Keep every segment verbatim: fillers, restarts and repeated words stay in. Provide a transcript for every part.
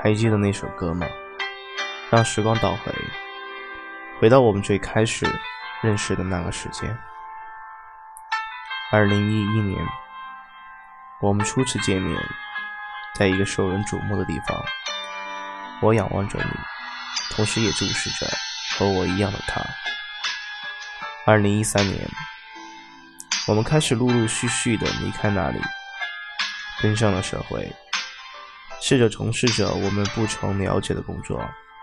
还记得那首歌吗？让时光倒回，回到我们最开始认识的那个时间。二零一一年，我们初次见面，在一个受人瞩目的地方。我仰望着你，同时也注视着和我一样的他。二零一三年，我们开始陆陆续续地离开那里，奔向了社会，试着从事着我们不曾了解的工作。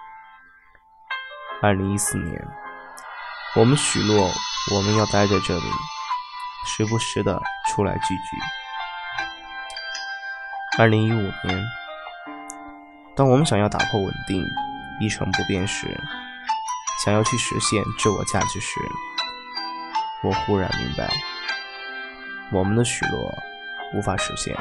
二零一四年，我们许诺我们要待在这里，时不时地出来聚聚。二零一五年，当我们想要打破稳定，一成不变时，想要去实现自我价值时，我忽然明白，我们的许诺无法实现。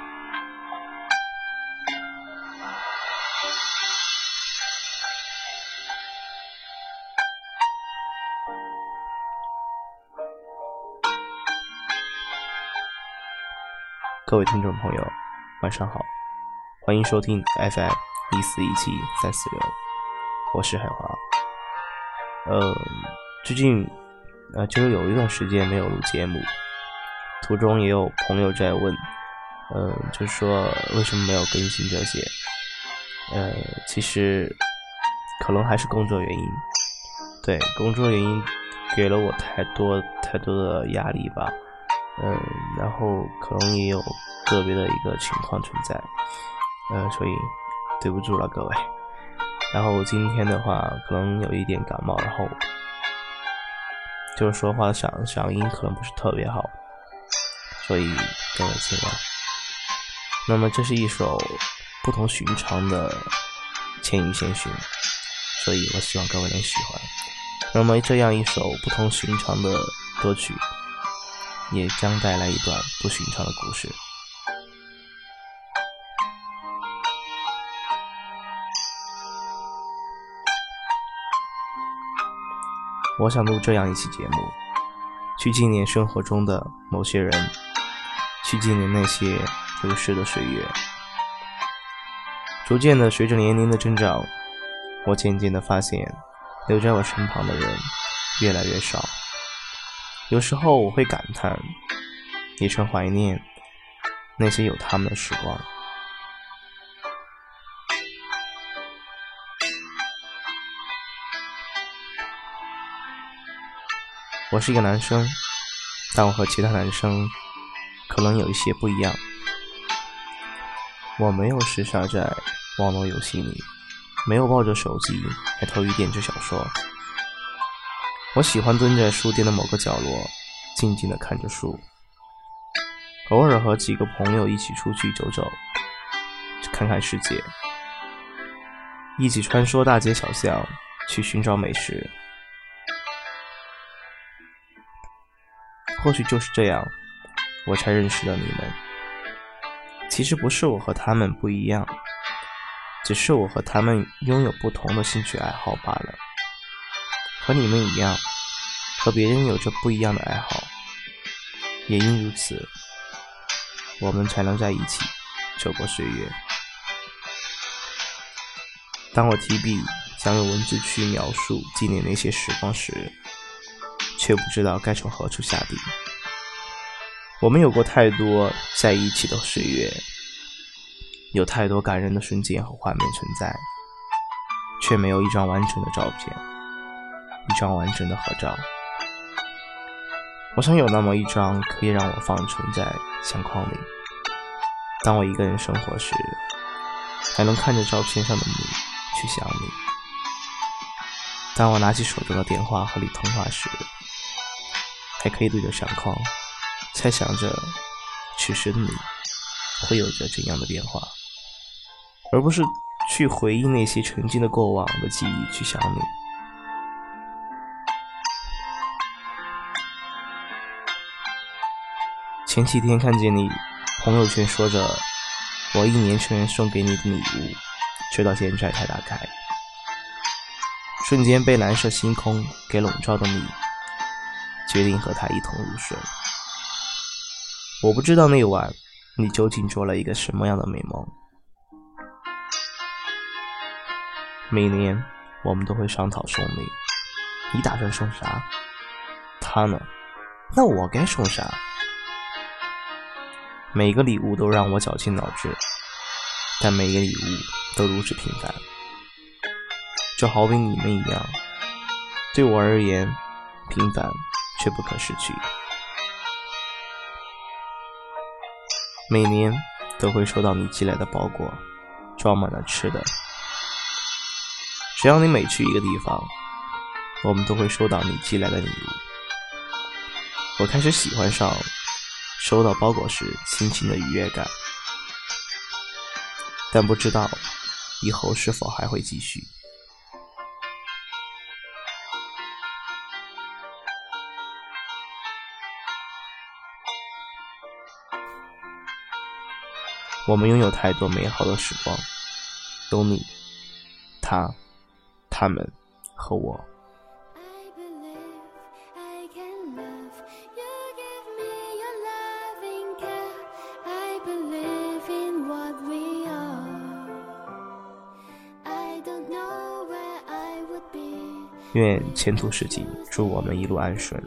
各位听众朋友，晚上好，欢迎收听 F M 一四一七三四六，我是海华。呃，最近呃，就是有一段时间没有录节目，途中也有朋友在问，呃，就是说为什么没有更新这些？呃，其实可能还是工作原因，对，工作原因给了我太多太多的压力吧。嗯，然后可能也有个别的一个情况存在，呃，所以对不住了各位。然后今天的话，可能有一点感冒，然后就是说话的嗓嗓音可能不是特别好，所以各位见谅。那么这是一首不同寻常的《千与千寻》，所以我希望各位能喜欢。那么这样一首不同寻常的歌曲，也将带来一段不寻常的故事。我想录这样一期节目，去纪念生活中的某些人，去纪念那些流逝的岁月。逐渐的，随着年龄的增长，我渐渐的发现，留在我身旁的人越来越少。有时候我会感叹，也曾怀念那些有他们的时光。我是一个男生，但我和其他男生可能有一些不一样。我没有时杀在网络游戏里，没有抱着手机埋头于电子小说。我喜欢蹲在书店的某个角落，静静地看着书，偶尔和几个朋友一起出去走走，看看世界，一起穿梭大街小巷，去寻找美食。或许就是这样，我才认识了你们。其实不是我和他们不一样，只是我和他们拥有不同的兴趣爱好罢了。和你们一样，和别人有着不一样的爱好，也因如此，我们才能在一起走过岁月。当我提笔想用文字去描述纪念那些时光时，却不知道该从何处下笔。我们有过太多在一起的岁月，有太多感人的瞬间和画面存在，却没有一张完整的照片，一张完整的合照。我想有那么一张可以让我放存在相框里，当我一个人生活时，还能看着照片上的你去想你。当我拿起手中的电话和你通话时，还可以对着相框猜想着此时的你会有着怎样的变化，而不是去回忆那些曾经的过往的记忆去想你。前几天看见你朋友圈说着我一年前送给你的礼物，却到现在才打开，瞬间被蓝色星空给笼罩的你，决定和他一同入睡。我不知道那晚你究竟做了一个什么样的美梦， 每年我们都会商讨送礼，你打算送啥？他呢？那我该送啥？每个礼物都让我绞尽脑汁，但每个礼物都如此平凡，就好比你们一样，对我而言，平凡却不可失去。每年都会收到你寄来的包裹，装满了吃的。只要你每去一个地方，我们都会收到你寄来的礼物。我开始喜欢上收到包裹时心情的愉悦感，但不知道以后是否还会继续。我们拥有太多美好的时光，有你、他、他们和我。愿前途似锦，祝我们一路安顺。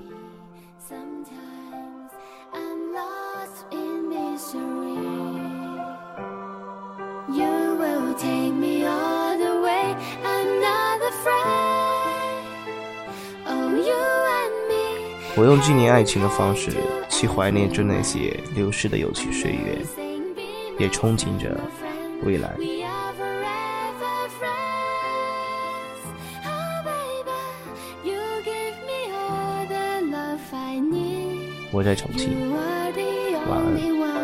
我用纪念爱情的方式，去怀念着那些流逝的有趣岁月，也憧憬着未来。我在重庆，晚安。